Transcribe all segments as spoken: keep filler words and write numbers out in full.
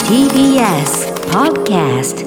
ティービーエス Podcast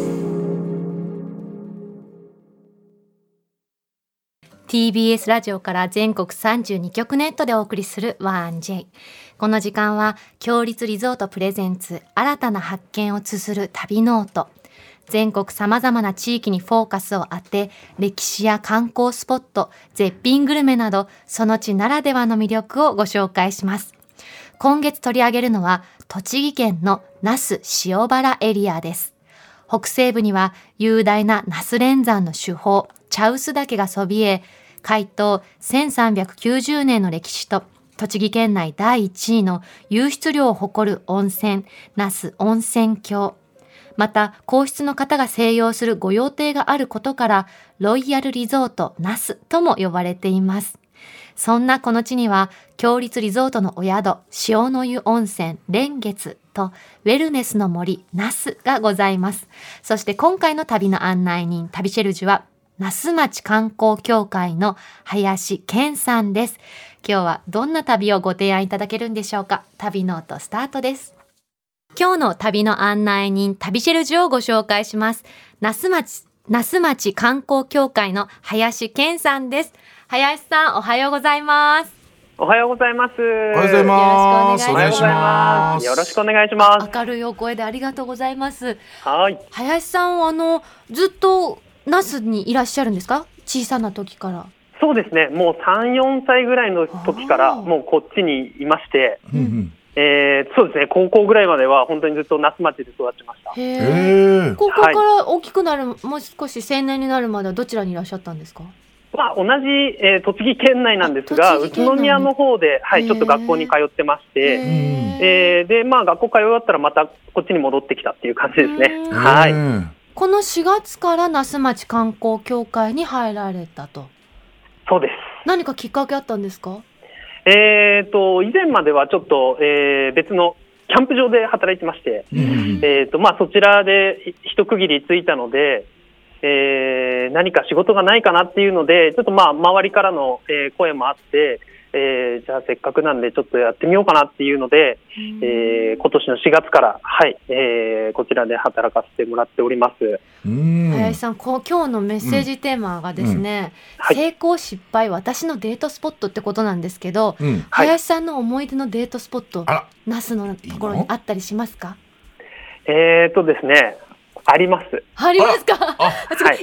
ティービーエス ラジオから全国さんじゅうにきょくネットでお送りする ワンジェイ。 この時間は強立リゾートプレゼンツ新たな発見を綴る旅ノート。全国さまざまな地域にフォーカスを当て、歴史や観光スポット、絶品グルメなどその地ならではの魅力をご紹介します。今月取り上げるのは栃木県の那須塩原エリアです。北西部には雄大な那須連山の主峰茶臼岳がそびえ、開湯せんさんびゃくきゅうじゅうねんの歴史と栃木県内だいいちいの湧出量を誇る温泉那須温泉郷、また皇室の方が静養する御用邸があることからロイヤルリゾート那須とも呼ばれています。そんなこの地には強立リゾートのお宿塩の湯温泉蓮月とウェルネスの森那須がございます。そして今回の旅の案内人旅シェルジュは那須町観光協会の林健さんです。今日はどんな旅をご提案いただけるんでしょうか。旅ノートスタートです。今日の旅の案内人旅シェルジュをご紹介します。那須町那須町観光協会の林健さんです。林さん、おはようございます。 おはようございます。おはようございます。 よろしくお願いします。 よろしくお願いします。 明るいお声でありがとうございます。 はい。 林さんはあのずっと那須にいらっしゃるんですか？小さな時から。 そうですね。もうさん、よんさいぐらいの時からもうこっちにいまして、うんうんえー、そうですね。高校ぐらいまでは本当にずっと那須町で育ちました。 へー。高校から大きくなる、はい、もう少し青年になるまではどちらにいらっしゃったんですか？ まあ、同じ、えー、栃木県内なんですが、宇都宮の方で、はい、ちょっと学校に通ってまして、えー、で、まあ、学校通い終わったらまたこっちに戻ってきたっていう感じですね。はい。 このしがつから那須町観光協会に入られたと。 そうです。 何かきっかけあったんですか？ えーと、以前まではちょっと、えー、別のキャンプ場で働いてまして、うん、えーと、まあ、そちらで一区切りついたので、えー、何か仕事がないかなっていうので、ちょっとまあ周りからの、えー、声もあって、えー、じゃあせっかくなんでちょっとやってみようかなっていうので、えー、今年のしがつから、はいえー、こちらで働かせてもらっております。 うん林さん、こう今日のメッセージテーマがですね、うんうんはい、成功失敗私のデートスポットってことなんですけど、うん、林さんの思い出のデートスポット、はい、那須のところにあったりしますか？ えーとですねあります。 ありますか？はい、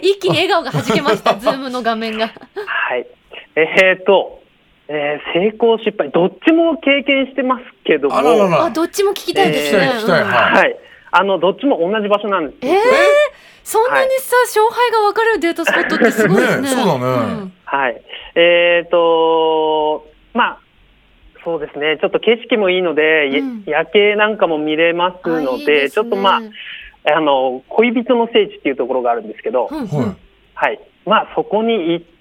一気に笑顔がはじけました。ズームの画面が。 はい。えーと、えー、成功失敗どっちも経験してますけども、 あらららあどっちも聞きたいですね。 えー、聞きたい、はい。 はい。あのどっちも同じ場所なんです。 えー、そんなにさ、はい、勝敗が分かるデートスポットってすごいですね。 ねそうだね。うん、 はい。えーと、まあ。そうですね。ちょっと景色もいいので、うん、夜景なんかも見れますので、いいですね、ちょっとまあ。あの恋人の聖地っていうところがあるんですけど、うんうんはいまあ、そこに行って、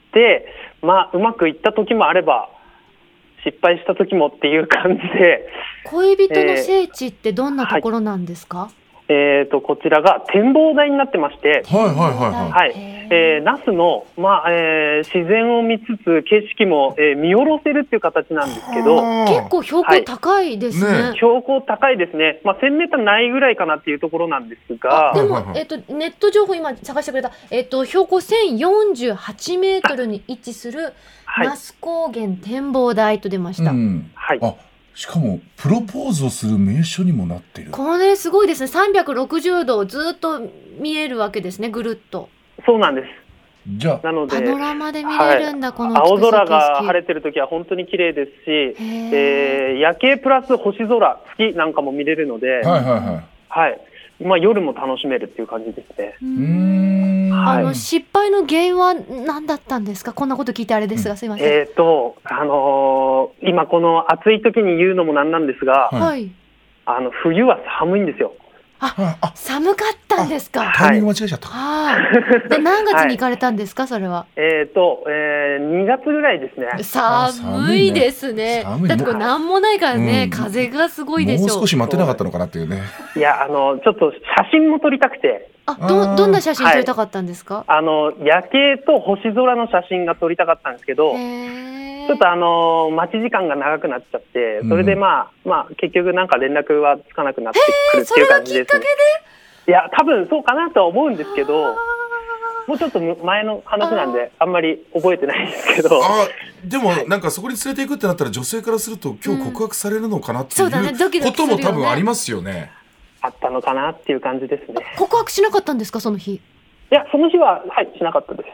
まあ、うまくいった時もあれば失敗した時もっていう感じで。 恋人の聖地ってどんなところなんですか？えーはいえー、とこちらが展望台になってまして、 はいはいはいはいえー、那須の、まあえー、自然を見つつ景色も、えー、見下ろせるっていう形なんですけど、 結構標高高いですね。はいね標高高いですね、まあ、せんメーターないぐらいかなっていうところなんですが、 でも、えー、とネット情報今探してくれた、えー、と標高せんよんじゅうはちメートルに位置する那須高原展望台と出ました。 うん、はいあしかもプロポーズをする名所にもなっている。 これすごいですね。さんびゃくろくじゅうどずっと見えるわけですね。ぐるっと。 そうなんです。 じゃあなのでパノラマで見れるんだ、はい、この青空が晴れてる時は本当に綺麗ですし、えー、夜景プラス星空月なんかも見れるので、はいはいはいはいまあ、夜も楽しめるっていう感じですね。 うーん、はい、あの失敗の原因は何だったんですか？こんなこと聞いてあれですが、すいません。 えーとあのー、今この暑い時に言うのもなんなんですが、はい、あの冬は寒いんですよ。 あ、あ寒かったんですか？ タイミング間違えちゃった。 はい、で何月に行かれたんですか？はい、それは。 えーと、えー、にがつぐらいですね。 寒いですね。ねだってこれ何もないからね、うん、風がすごいでしょう。 もう少し待ってなかったのかなっていうね。 いやあのちょっと写真も撮りたくて。 あ、どどんな写真撮りたかったんですか？ はい、あの夜景と星空の写真が撮りたかったんですけど、 へちょっとあの待ち時間が長くなっちゃって、それでまあ、うん、まあ結局なんか連絡はつかなくなってくるっていう感じですね。それがきっかけで？いや多分そうかなとは思うんですけど、もうちょっと前の話なんであんまり覚えてないんですけど。 あでもなんかそこに連れていくってなったら女性からすると今日告白されるのかなっていう、うんね、ことも多分ありますよね。 あったのかなっていう感じですね。 告白しなかったんですかその日？いやその日ははいしなかったです。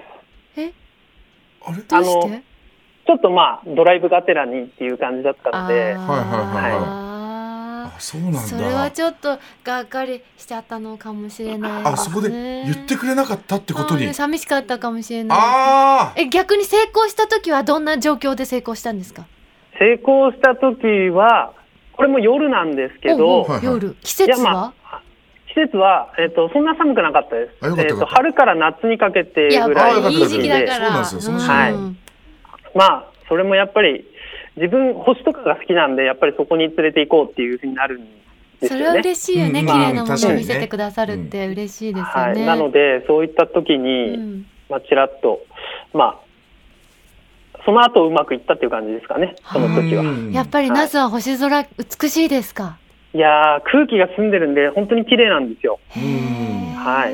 えあれどうして？ ちょっとまあドライブがてらにっていう感じだったので、はいはいはいはい。あ、そうなんだ。 それはちょっとがっかりしちゃったのかもしれないですね。 あ、そこで言ってくれなかったってことに。 寂しかったかもしれない。 あえ、逆に成功した時はどんな状況で成功したんですか？ 成功した時はこれも夜なんですけど、 おうおう夜季節は？ まあ、季節は、えーと、そんな寒くなかったです。 あ、よかったよかった。 えーと、春から夏にかけてぐらいいい時期だから。 そうなんですよ。その時期、 はい。まあそれもやっぱり自分星とかが好きなんでやっぱりそこに連れて行こうっていうふうになるんですよね。 それは嬉しいよね、うん、綺麗なものを見せてね、 くださるって嬉しいですよね、 はい、なのでそういった時に、うん、まあ、ちらっとまあその後うまくいったっていう感じですかね、その時は。 やっぱり那須は星空美しいですか？ いや空気が澄んでるんで本当に綺麗なんですよ。はい、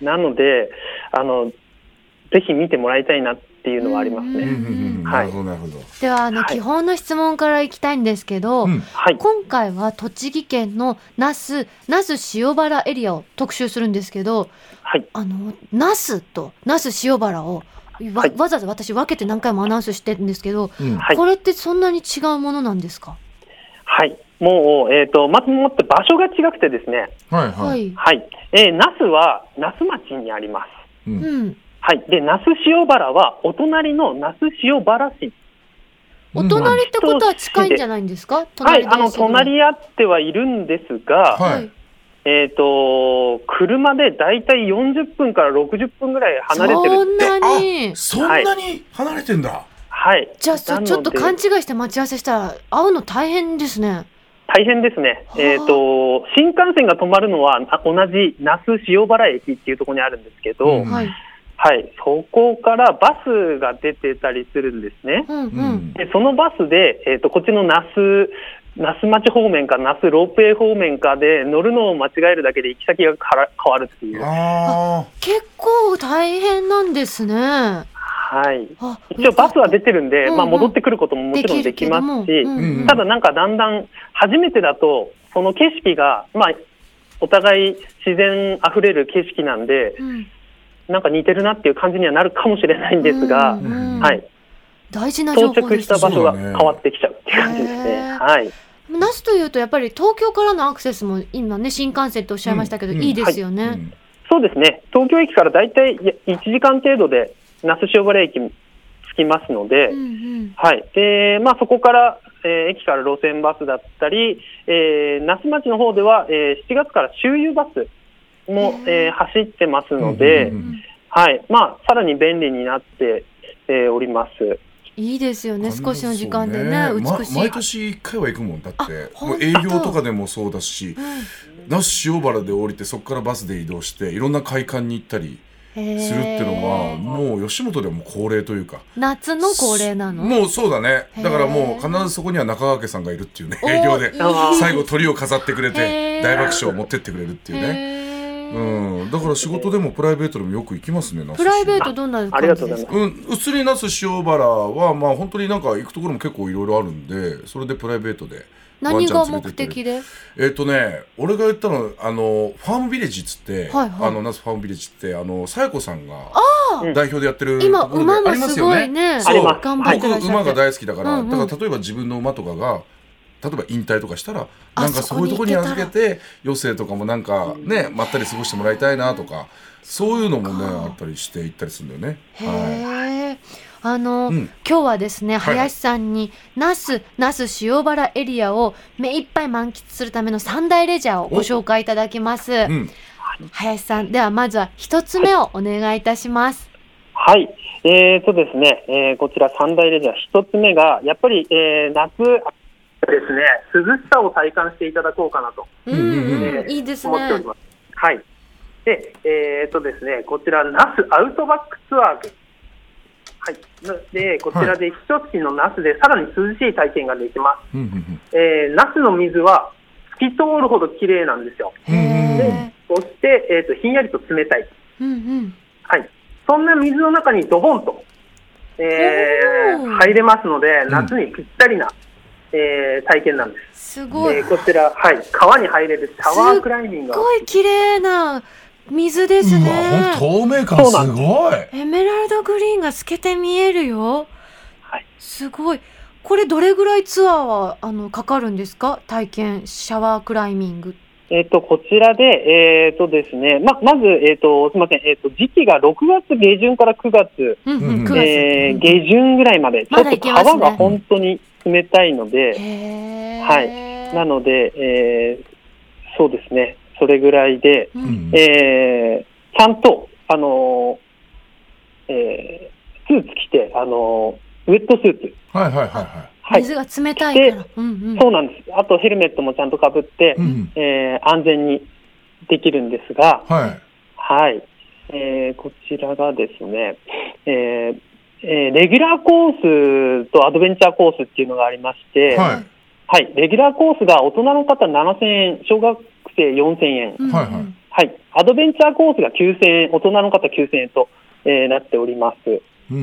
なのであのぜひ見てもらいたいなっていうのはありますね。 はい。ではあの、はい、基本の質問からいきたいんですけど、うん、今回は栃木県の那須那須塩原エリアを特集するんですけど、はい、あの那須と那須塩原をわ、はい、わざわざ私分けて何回もアナウンスしてるんですけど、うん、これってそんなに違うものなんですか？ はい、もう、えーと、まずもって場所が違くてですね、はいはいはいえー、那須は那須町にあります。うんうんはい、で那須塩原はお隣の那須塩原市。 お隣ってことは近いんじゃないんですか？ はい、あの隣り合ってはいるんですが、はい、えーと車でだいたいよんじゅっぷんからろくじゅっぷんぐらい離れてるんです。 そんなにそんなに離れてんだ。 はい。 じゃあちょっと勘違いして待ち合わせしたら会うの大変ですね。 大変ですね。えーと新幹線が止まるのは同じ那須塩原駅っていうところにあるんですけど、うん、はいはい、そこからバスが出てたりするんですね。うんうん、でそのバスで、えーと、こっちの那須那須町方面か那須ロープウェイ方面かで乗るのを間違えるだけで行き先が変わるっていう。 あ結構大変なんですね。 はい、一応バスは出てるんで、うんうんまあ、戻ってくることももちろんできますし、うんうん、ただなんかだんだん初めてだとその景色が、まあ、お互い自然あふれる景色なんで、うんなんか似てるなっていう感じにはなるかもしれないんですが、うんうんはい、 大事な情報です。 到着した場所が変わってきちゃうっていう感じですね。はい、 那須というとやっぱり東京からのアクセスも今ね新幹線とおっしゃいましたけど、うん、いいですよね、はいうん、 そうですね。東京駅からだいたいいちじかん程度で那須塩原駅に着きますので、うんうんはいでまあ、そこから、えー、駅から路線バスだったり、えー、那須町の方では、えー、しちがつから周遊バスも、えー、走ってますので、うんうんうんはいまあ、さらに便利になって、えー、おります。 いいですよね少しの時間で ね, ね美しい、 ま、毎年いっかいは行くもんだってもう営業とかでもそうだし、那須塩原で降りてそこからバスで移動していろんな会館に行ったりするっていうのはもう吉本ではもう恒例というか夏の恒例なのもうそうだね。だからもう必ずそこには中川家さんがいるっていうね営業で最後鳥を飾ってくれて大爆笑を持ってってくれるっていうねうん、だから仕事でもプライベートでもよく行きますね。 プライベートどんな感じですか？ うん、うつり那須塩原はまあ本当になんか行くところも結構いろいろあるんでそれでプライベートで何が目的で？ えっとね俺が言ったのあのファームビレッジっつって、はいはい、あの那須ファームビレッジってあのさやこさんが代表でやってる今馬もすごいねそう頑張ってらっしゃって僕馬が大好きだから、うんうん、だから例えば自分の馬とかが例えば引退とかしたらなんかそういうところに預けて余生とかもなんかねまったり過ごしてもらいたいなとかそういうのもねあったりして行ったりするんだよね。 へー、はい、あの、うん、今日はですね林さんに那須那須塩原エリアを目いっぱい満喫するための三大レジャーをご紹介いただきます、うん、林さんではまずは一つ目をお願いいたします。 はい、えーとですね、えー、こちら三大レジャー一つ目がやっぱり、えー、夏ですね、涼しさを体感していただこうかなと、 うんうんえー、いいですね。 思っております。はい。 で、えーとですね、こちら那須アウトバックツアーズ、はい、でこちらで避暑地の那須でさらに涼しい体験ができます。 うんうんうん、 えー、那須の水は透き通るほど綺麗なんですよ。でそして、えーと、ひんやりと冷たい、 うんうんはい、そんな水の中にドボンと、えー、入れますので、夏にぴったりな、えー、体験なんです。 すごい、 えー、こちら、はい、川に入れるシャワークライミングがすごい綺麗な水ですね。 うわ、透明感すごい。 エメラルドグリーンが透けて見えるよ、 はい、 すごい。これどれぐらいツアーはあのかかるんですか？体験シャワークライミング。 えー、とこちらで、えーとですね、ま, まず、えーとすみません、えーと時期がろくがつげじゅんからくがつ、 うんうん、 えー、下旬ぐらいまで、ちょっと川が本当に冷たいので、 へー、 はい、なので、えー、そうですね、それぐらいで、うん、えー、ちゃんと、あのーえー、スーツ着て、あのー、ウェットスーツ、 はいはいはいはい、 はい、水が冷たいから、うんうん、 そうなんです。あとヘルメットもちゃんとかぶって、うん、えー、安全にできるんですが、 はいはい、えー、こちらがですね、えーえー、レギュラーコースとアドベンチャーコースっていうのがありまして、 はいはい、レギュラーコースが大人の方ななせんえん、小学生よんせんえん、 うんうん、 はいはい、アドベンチャーコースがきゅうせんえん、大人の方きゅうせんえんと、えー、なっております。 うんうんうん、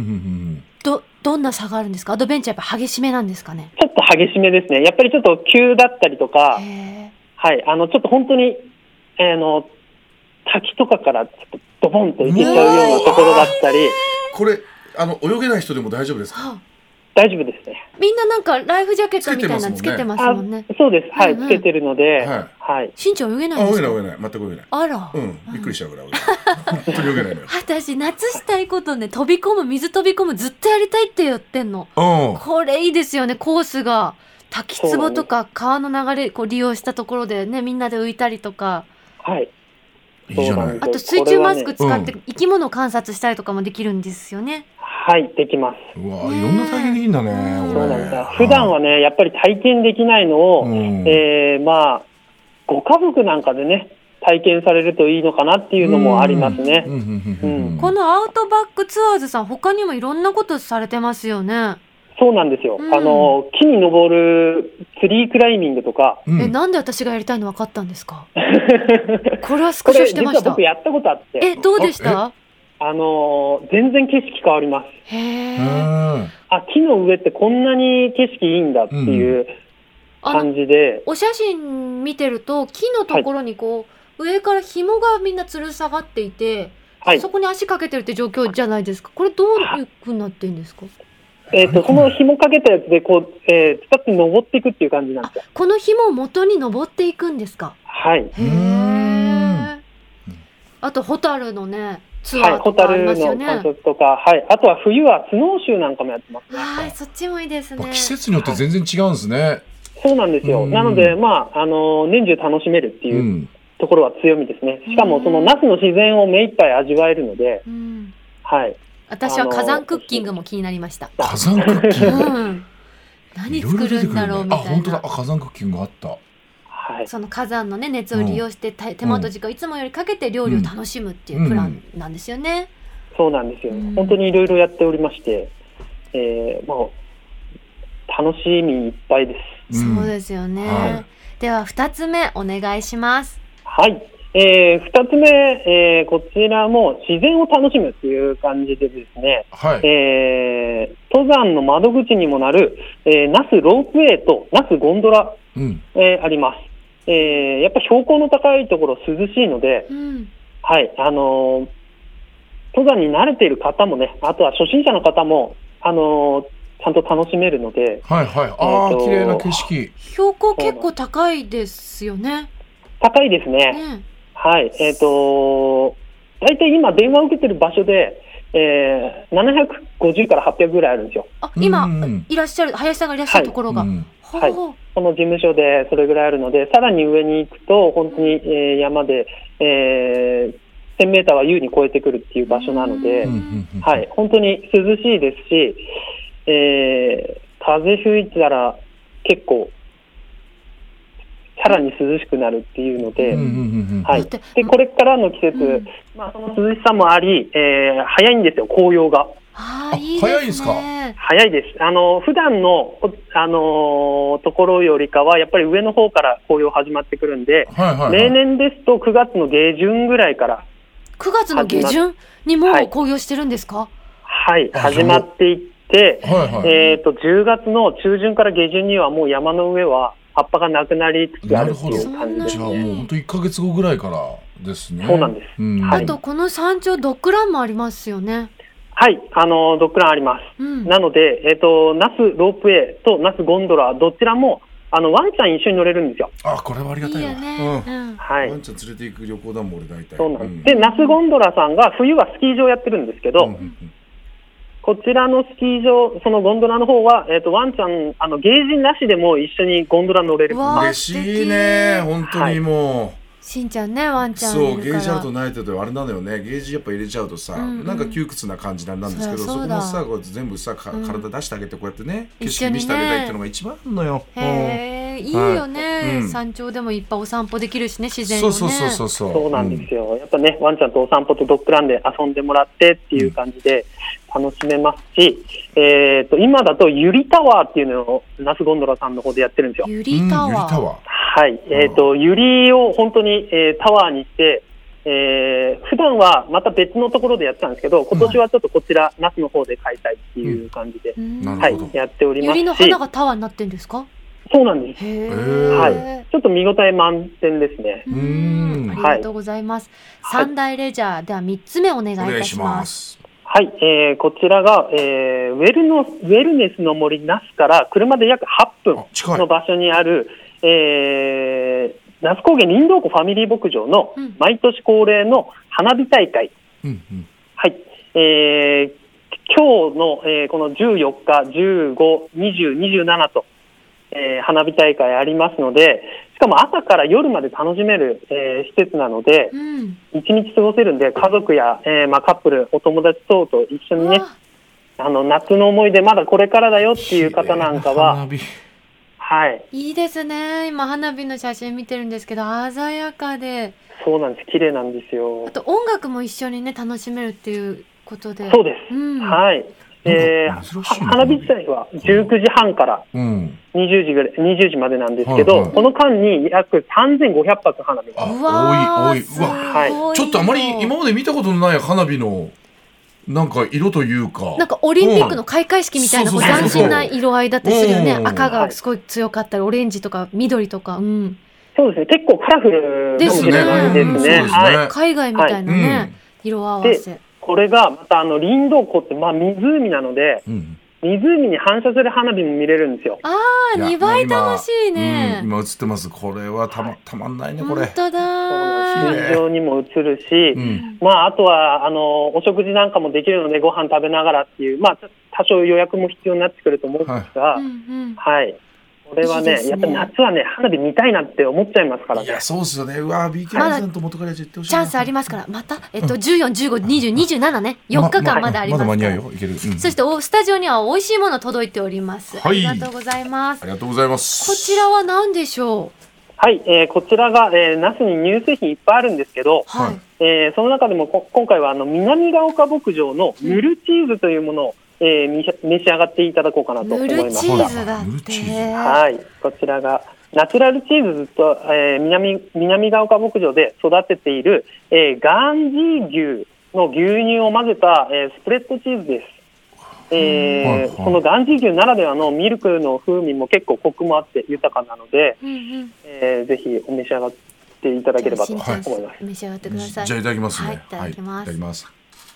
どどんな差があるんですか？アドベンチャーやっぱ激しめなんですかね？ ちょっと激しめですね。やっぱりちょっと急だったりとか、はい、あのちょっと本当に、えー、の滝とかからちょっとドボンと行けちゃうようなところだったり。 これあの泳げない人でも大丈夫ですか？はあ、 大丈夫ですね。 みんななんかライフジャケットみたいなのつけてますもんね。 そうです、はい、 うんうん、 つけてるので、 はいはい、 しんちゃん泳げないんですか？ 泳げない泳げない、全く泳げない。 あら、 うん、びっくりしちゃうぐらい本当に泳げないのよ。 私夏したいことね、飛び込む、水飛び込むずっとやりたいって言ってんの。これいいですよね。コースが滝壺とか川の流れこう利用したところでね、みんなで浮いたりとか、 はい、 いいじゃない。 あと水中マスク使って生き物を観察したりとかもできるんですよね。 はい、できます。 うわ、いろんな体験できるんだね。 そうなんだ。普段はね、やっぱり体験できないのを、うん、えー、まあご家族なんかでね体験されるといいのかなっていうのもありますね。 このアウトバックツアーズさん、他にもいろんなことされてますよね。 そうなんですよ、うん、あの木に登るツリークライミングとか、 うん、えなんで私がやりたいの分かったんですか？これはスクショしてました。 これ実は僕やったことあって。 えどうでした？ あの全然景色変わります。 へー、 あ、木の上ってこんなに景色いいんだっていう感じで、 うん、お写真見てると木のところにこう、はい、上から紐がみんな吊る下がっていて、はい、そこに足かけてるって状況じゃないですか。これどういう風になってるんですか？ えー、とその紐かけたやつでこう、えー、使って登っていくっていう感じなんですよ。 この紐を元に登っていくんですか？ はい。 へー。あとホタルのねツアーとかありますよね。はい、ホタルの観察とか、はい、あとは冬はスノーシューなんかもやってますね。 はい、そっちもいいですね。 季節によって全然違うんですね。はい、 そうなんですよ。なので、まあ、あの年中楽しめるっていうところは強みですね。しかもその那須の自然を目いっぱい味わえるので、うん、はい。 私は火山クッキングも気になりました。 火山クッキング、うん、 何作るんだろうみたいな。 あ、本当だ。火山クッキングあった。 はい、 その火山の、ね、熱を利用して、うん、手間と時間をいつもよりかけて料理を楽しむっていうプランなんですよね。 うん、そうなんですよ。うん、本当にいろいろやっておりまして、えー、もう楽しみいっぱいです。 そうですよね。はい、ではふたつめお願いします。 はい。えー、ふたつめ、えー、こちらも自然を楽しむっていう感じでですね、 はい、 えー、登山の窓口にもなる、えー、那須ロープウェイと那須ゴンドラ、うん、えー、あります。えー、やっぱ標高の高いところ涼しいので、うん、はい、あのー、登山に慣れている方もね、あとは初心者の方も、あのー、ちゃんと楽しめるので、 はいはい、ああ、綺麗な景色。 標高結構高いですよね。 高いですね。ね、はい、えっと、大体今電話を受けてる場所で、えー、ななひゃくごじゅうからはっぴゃくぐらいあるんですよ。 あ、今、うんうん、いらっしゃる、林さんがいらっしゃるところが。はい、うん、 はい、この事務所でそれぐらいあるので、さらに上に行くと、本当に、えー、山で、えー、せんメーターは優に超えてくるっていう場所なので、はい、本当に涼しいですし、えー、風吹いたら結構さらに涼しくなるっていうので、 うんうんうんうん、 はい、でこれからの季節、うん、まあ、その涼しさもあり、えー、早いんですよ、紅葉が。 あ、いいですね。 早いですか？早いです。あの普段の、あのー、ところよりかはやっぱり上の方から紅葉始まってくるんで、はいはいはい、例年ですとくがつの下旬ぐらいからくがつの下旬にもう紅葉してるんですか？ はい、はい、始まっていって、はいはい、えーと、じゅうがつの中旬から下旬にはもう山の上は葉っぱがなくなりつつあるっていう感じですね。 じゃあもう本当いっかげつごぐらいからですね。 そうなんです、 うん、はい、あとこの山頂ドッグランもありますよね。 はい、あのドッグランあります、うん、なので、えーと、那須ロープウェイと那須ゴンドラどちらもあのワンちゃん一緒に乗れるんですよ。 あ、これはありがたいわ。いいよね、うん、 はい、 ワンちゃん連れて行く旅行だもん俺大体。 そうなんです、うん、で那須ゴンドラさんが冬はスキー場やってるんですけど、うんうんうん、こちらのスキー場、そのゴンドラの方は、えーと、ワンちゃんあのゲージなしでも一緒にゴンドラ乗れる。 嬉しいね、本当にもう、はい、 しんちゃんね、ワンちゃんいるから。 そう、ゲージあるとないとあれなのよね。ゲージやっぱ入れちゃうとさ、うんうん、なんか窮屈な感じなんですけど、 そ, そこもさこう全部さ、うん、体出してあげてこうやってね、景色見せてあげたいっていうのが一番あるのよ。 へー、いいよね、はい、うん、山頂でもいっぱいお散歩できるしね、自然のね。 そうそうそうそうそうなんですよ、うん、やっぱねワンちゃんとお散歩とドッグランで遊んでもらってっていう感じで楽しめますし、うん、えー、と今だとゆりタワーっていうのを那須ゴンドラさんの方でやってるんですよ。 ゆりタワー、うん、ゆりタワー、 はい、えー、とゆりを本当に、えー、タワーにして、えー、普段はまた別のところでやってたんですけど、今年はちょっとこちら那須の方で開催っていう感じで、うん、はい、やっておりますし。 ゆりの花がタワーになってるんですか？ そうなんです。はい、ちょっと見応え満点ですね。 うーん、ありがとうございます。はい、三大レジャーではみっつめお願いいたします。 はい、えー、こちらが、えー、ウェルのウェルネスの森那須から車で約はっぷんの場所にある、えー、那須高原林道湖ファミリー牧場の毎年恒例の花火大会、うんうん、はい、えー、今日の、えー、このじゅうよっか、じゅうご、にじゅう、にじゅうななと、えー、花火大会ありますので、しかも朝から夜まで楽しめる、えー、施設なので、うん、一日過ごせるんで、家族や、えーまあ、カップル、お友達等と一緒にね、あの夏の思い出まだこれからだよっていう方なんかは、はい、 いいですね。今花火の写真見てるんですけど鮮やかで、 そうなんです、綺麗なんですよ。 あと音楽も一緒にね楽しめるっていうことで。 そうです、うん、はい、えー、花火自体はじゅうくじはんからにじゅうじぐらい、にじゅうじまでなんですけど、はいはい、この間に約さんぜんごひゃくぱつ花火が。 うわー、多い多い。うわ、はい、ちょっとあまり今まで見たことのない花火のなんか色というか、 なんかオリンピックの開会式みたいな、うん、斬新な色合いだったりするよね。赤がすごい強かったり、オレンジとか緑とか、うん、 そうですね、結構カラフルですね。 ですね、はい、 海外みたいなね、はい、色合わせ。 これがまたあの林道湖って、まあ、湖なので、うん、湖に反射する花火も見れるんですよ。 ああ、にばい楽しいね。 うん、今映ってます。これはたま、たまんないねこれ。 本当だ。 水上にも映るし、うん、まああとはあのお食事なんかもできるのでご飯食べながらっていう、まあ多少予約も必要になってくると思うんですが、はい。うんうん、はい、これはね、いいですね、やっぱり夏はね花火見たいなって思っちゃいますからね。 いやそうですよね。うわ ビーケー さんと元彼言ってほしい。 チャンスありますから、またえっとじゅうよん、じゅうご、にじゅう、にじゅうななね、よっかかんまだありますから。 まだ間に合うよ。いける。うん、 そしておスタジオには美味しいもの届いております。はい、ありがとうございます。 ありがとうございます。 こちらは何でしょう。 はい、えー、こちらが、えー、那須に乳製品いっぱいあるんですけど、はい、えー、その中でもこ今回はあの南ヶ丘牧場のヌルチーズというものを、うん、えー、召し上がっていただこうかなと思いました。 ヌルチーズだって。 はい、こちらがナチュラルチーズと、えー、南, 南ヶ丘牧場で育てている、えー、ガンジー牛の牛乳を混ぜた、えー、スプレッドチーズです。えーはいはい、このガンジー牛ならではのミルクの風味も結構コクもあって豊かなので、うんうん、えー、ぜひお召し上がっていただければと思います。 召し上がってください。 じゃあいただきますね。 はい、いただきます。 はい、いただきます。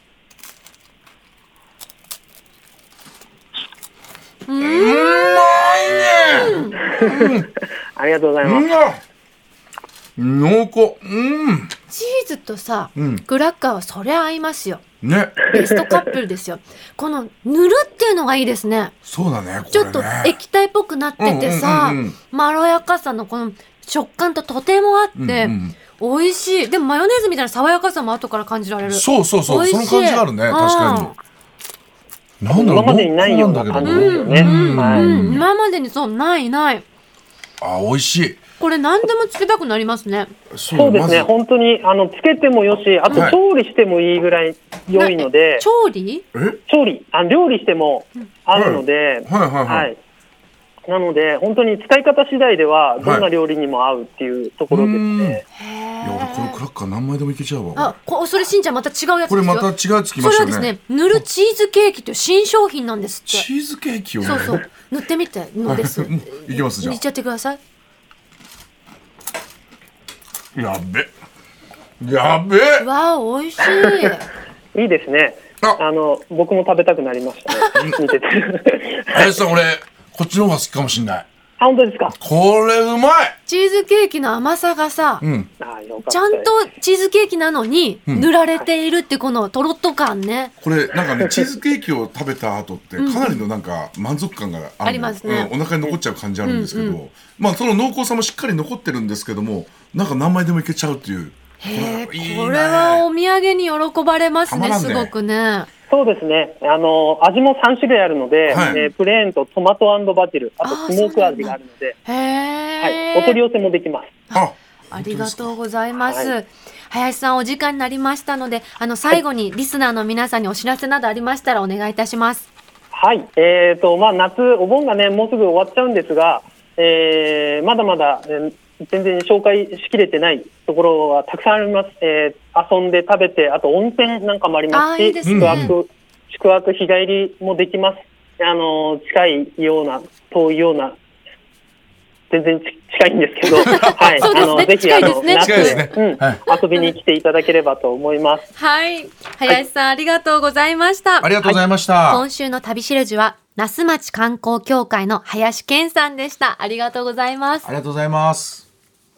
うーん、 うまいね。 ありがとうございます。 濃厚。うん。 チーズとさ、うん、クラッカーはそりゃ合いますよ。 ね。 ベストカップルですよ。このぬるっていうのがいいですね。 そうだね。これね、 ちょっと液体っぽくなっててさ、うんうんうんうん、まろやかさのこの食感ととてもあって、うんうん、美味しい。でもマヨネーズみたいな爽やかさも後から感じられる。 そうそうそう。その感じがあるね。確かに。なんだろう、今までにないような感じですよね。 今までにそうないない。 あ、美味しい。 これ何でもつけたくなりますね。 そうですね、本当にあのつけてもよし、あと調理してもいいぐらい良いので、はい、 調理調理あ料理しても合うので、はいはいはい、はい、なので本当に使い方次第ではどんな料理にも合うっていうところですね。はい、いや俺このクラッカー何枚でもいけちゃうわ。 あ、こそれしんちゃんまた違うやつですよ。 これまた違うやつきましたよね。 それはですね、塗るチーズケーキという新商品なんですって。 チーズケーキをね、 そうそう塗ってみてのです。 いきますじゃあ。 いっちゃってください。 やべやべわあ美味しいいいですね。ああの僕も食べたくなりましたね見てて。 林さん俺こっちの方が好きかもしれない。 あ、本当ですか。 これうまい。 チーズケーキの甘さがさ、うん、あよかったちゃんとチーズケーキなのに塗られているってこのトロッと感ね、 うん、これなんかねチーズケーキを食べた後ってかなりのなんか満足感がある、うん、 ありますね、 うん、お腹に残っちゃう感じあるんですけど、うんうん、まあその濃厚さもしっかり残ってるんですけども、なんか何枚でもいけちゃうっていう。 へこれいい、ね、これはお土産に喜ばれます ね, ねすごくね。 そうですね、あの味もさん種類あるので、はい、えー、プレーンとトマト&バジル、あとスモーク味があるので、へ、はい、お取り寄せもできます。 あ、ありがとうございます、はい、林さんお時間になりましたので、あの最後にリスナーの皆さんにお知らせなどありましたらお願いいたします。 はい、えーとまあ、夏お盆がねもうすぐ終わっちゃうんですが、えー、まだまだ、えー全然紹介しきれてないところはたくさんあります。えー、遊んで食べて、あと温泉なんかもありますし、いいですね、宿泊、宿泊日帰りもできます。あの近いような遠いような全然近いんですけど、はい、 そうですね、あのぜひあの夏で、ね、うん、はい、遊びに来ていただければと思います。 はい、林さん、はい、ありがとうございました。 ありがとうございました。 今週の旅しるじは那須町観光協会の林健さんでした。ありがとうございます。 ありがとうございます。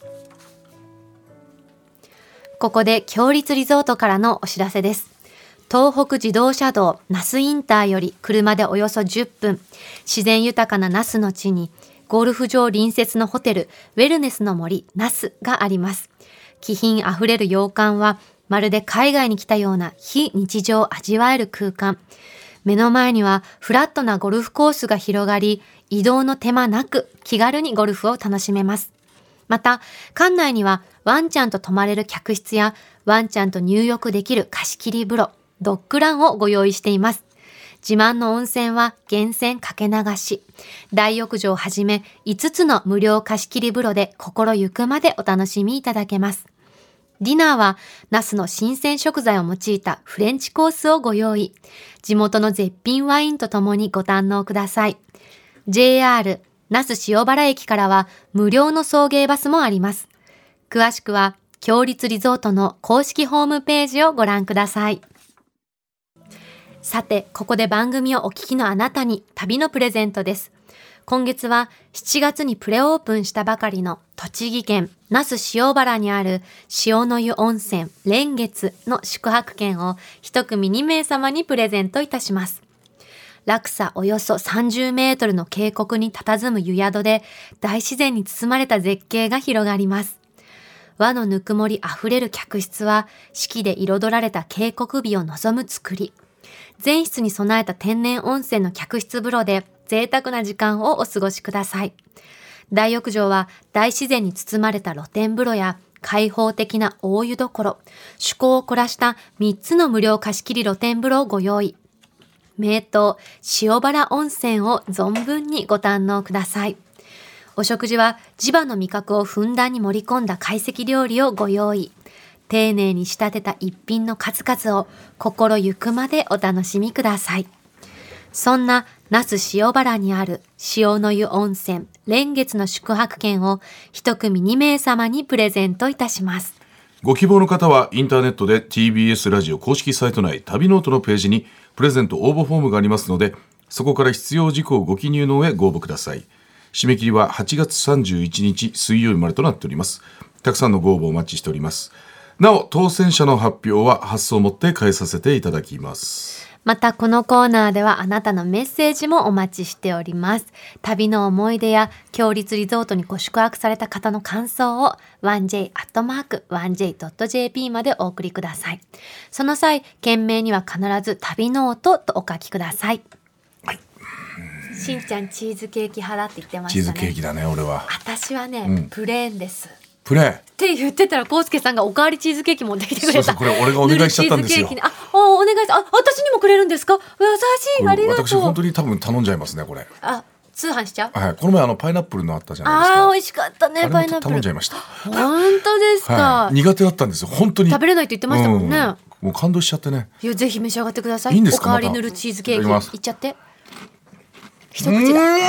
ここで強立リゾートからのお知らせです。東北自動車道那須インターより車でおよそじゅっぷん、自然豊かな那須の地にゴルフ場隣接のホテルウェルネスの森那須があります。気品あふれる洋館はまるで海外に来たような非日常を味わえる空間。目の前にはフラットなゴルフコースが広がり、移動の手間なく気軽にゴルフを楽しめます。また、館内にはワンちゃんと泊まれる客室やワンちゃんと入浴できる貸し切り風呂、ドッグランをご用意しています。自慢の温泉は源泉かけ流し、大浴場をはじめいつつの無料貸し切り風呂で心ゆくまでお楽しみいただけます。ディナーは那須の新鮮食材を用いたフレンチコースをご用意。地元の絶品ワインとともにご堪能ください。ジェイアール 那須塩原駅からは無料の送迎バスもあります。詳しくは強立リゾートの公式ホームページをご覧ください。さて、ここで番組をお聞きのあなたに旅のプレゼントです。今月はしちがつにプレオープンしたばかりの栃木県那須塩原にある塩の湯温泉蓮月の宿泊券を一組にめいさまにプレゼントいたします。落差およそさんじゅうメートルの渓谷に佇む湯宿で大自然に包まれた絶景が広がります。和のぬくもりあふれる客室は四季で彩られた渓谷美を望む造り。全室に備えた天然温泉の客室風呂で贅沢な時間をお過ごしください。大浴場は大自然に包まれた露天風呂や開放的な大湯どころ、趣向を凝らしたみっつの無料貸し切り露天風呂をご用意。名湯塩原温泉を存分にご堪能ください。お食事は地場の味覚をふんだんに盛り込んだ懐石料理をご用意。丁寧に仕立てた一品の数々を心ゆくまでお楽しみください。そんな那須塩原にある塩の湯温泉蓮月の宿泊券を一組にめいさまにプレゼントいたします。 ご希望の方はインターネットで ティービーエス ラジオ公式サイト内旅ノートのページにプレゼント応募フォームがありますので、そこから必要事項をご記入の上ご応募ください。締め切りははちがつさんじゅういちにち水曜日までとなっております。たくさんのご応募お待ちしております。なお当選者の発表は発送をもって返させていただきます。 またこのコーナーではあなたのメッセージもお待ちしております。旅の思い出や強立リゾートにご宿泊された方の感想を ワンジェイ アットマーク ワンジェイ ドット ジェーピー までお送りください。その際件名には必ず旅ノートとお書きください。 はい、 しんちゃんチーズケーキ派だって言ってましたね。 チーズケーキだね俺は。 私はね、 うんプレーンです。 プレーンって言ってたらコウスケさんがおかわりチーズケーキ持ってきてくれた。 そうそうこれ俺がお願いしちゃったんですよ。 ぬるチーズケーキね、あおお願いしあ私にもくれるんですか。優しい、ありがとう。 私本当に多分頼んじゃいますねこれ。 あ通販しちゃう。 はい、この前あのパイナップルのあったじゃないですか。 あー美味しかったね。 あれもパイナップル頼んじゃいました。 本当ですか、 はい、苦手だったんですよ本当に。 食べれないって言ってましたもんね、うん、 もう感動しちゃってね。 いやぜひ召し上がってください。 いいんですか。 おかわりぬるチーズケーキまいっちゃって。一口だ。うまい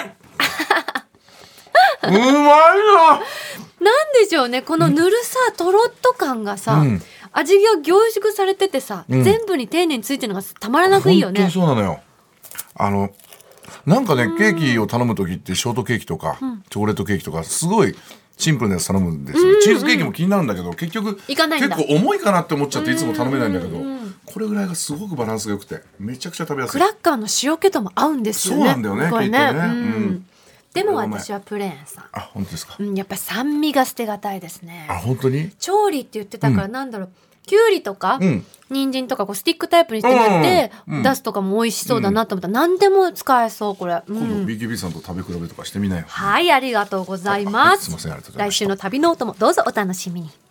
うまいな。 なんでしょうねこのぬるさ、とろっと感がさ、うん、味が凝縮されててさ、うん、全部に丁寧についてるのがたまらなくいいよね。 本当にそうなのよ。あのなんかね、うん、ケーキを頼む時ってショートケーキとか、うん、チョコレートケーキとかすごいシンプルなやつ頼むんですよ、うんうん、チーズケーキも気になるんだけど結局結構重いかなって思っちゃっていつも頼めないんだけど、うんうんうん、これぐらいがすごくバランスが良くてめちゃくちゃ食べやすい。 クラッカーの塩気とも合うんですよね。 そうなんだよねこれね、 きっとね、 うんうん、 でも私はプレーンさん。 あ本当ですか、 うん、やっぱり酸味が捨てがたいですね。 あ本当に調理って言ってたから、うん、なんだろうきゅうりとか、うん、人参とかこうスティックタイプにして塗って出すとかも美味しそうだなと思ったら、うん、何でも使えそうこれ、うん、 今度 ビーケービー さんと食べ比べとかしてみなよ。 はいありがとうございます。 すいませんありがとうございました。 来週の旅ノートもどうぞお楽しみに。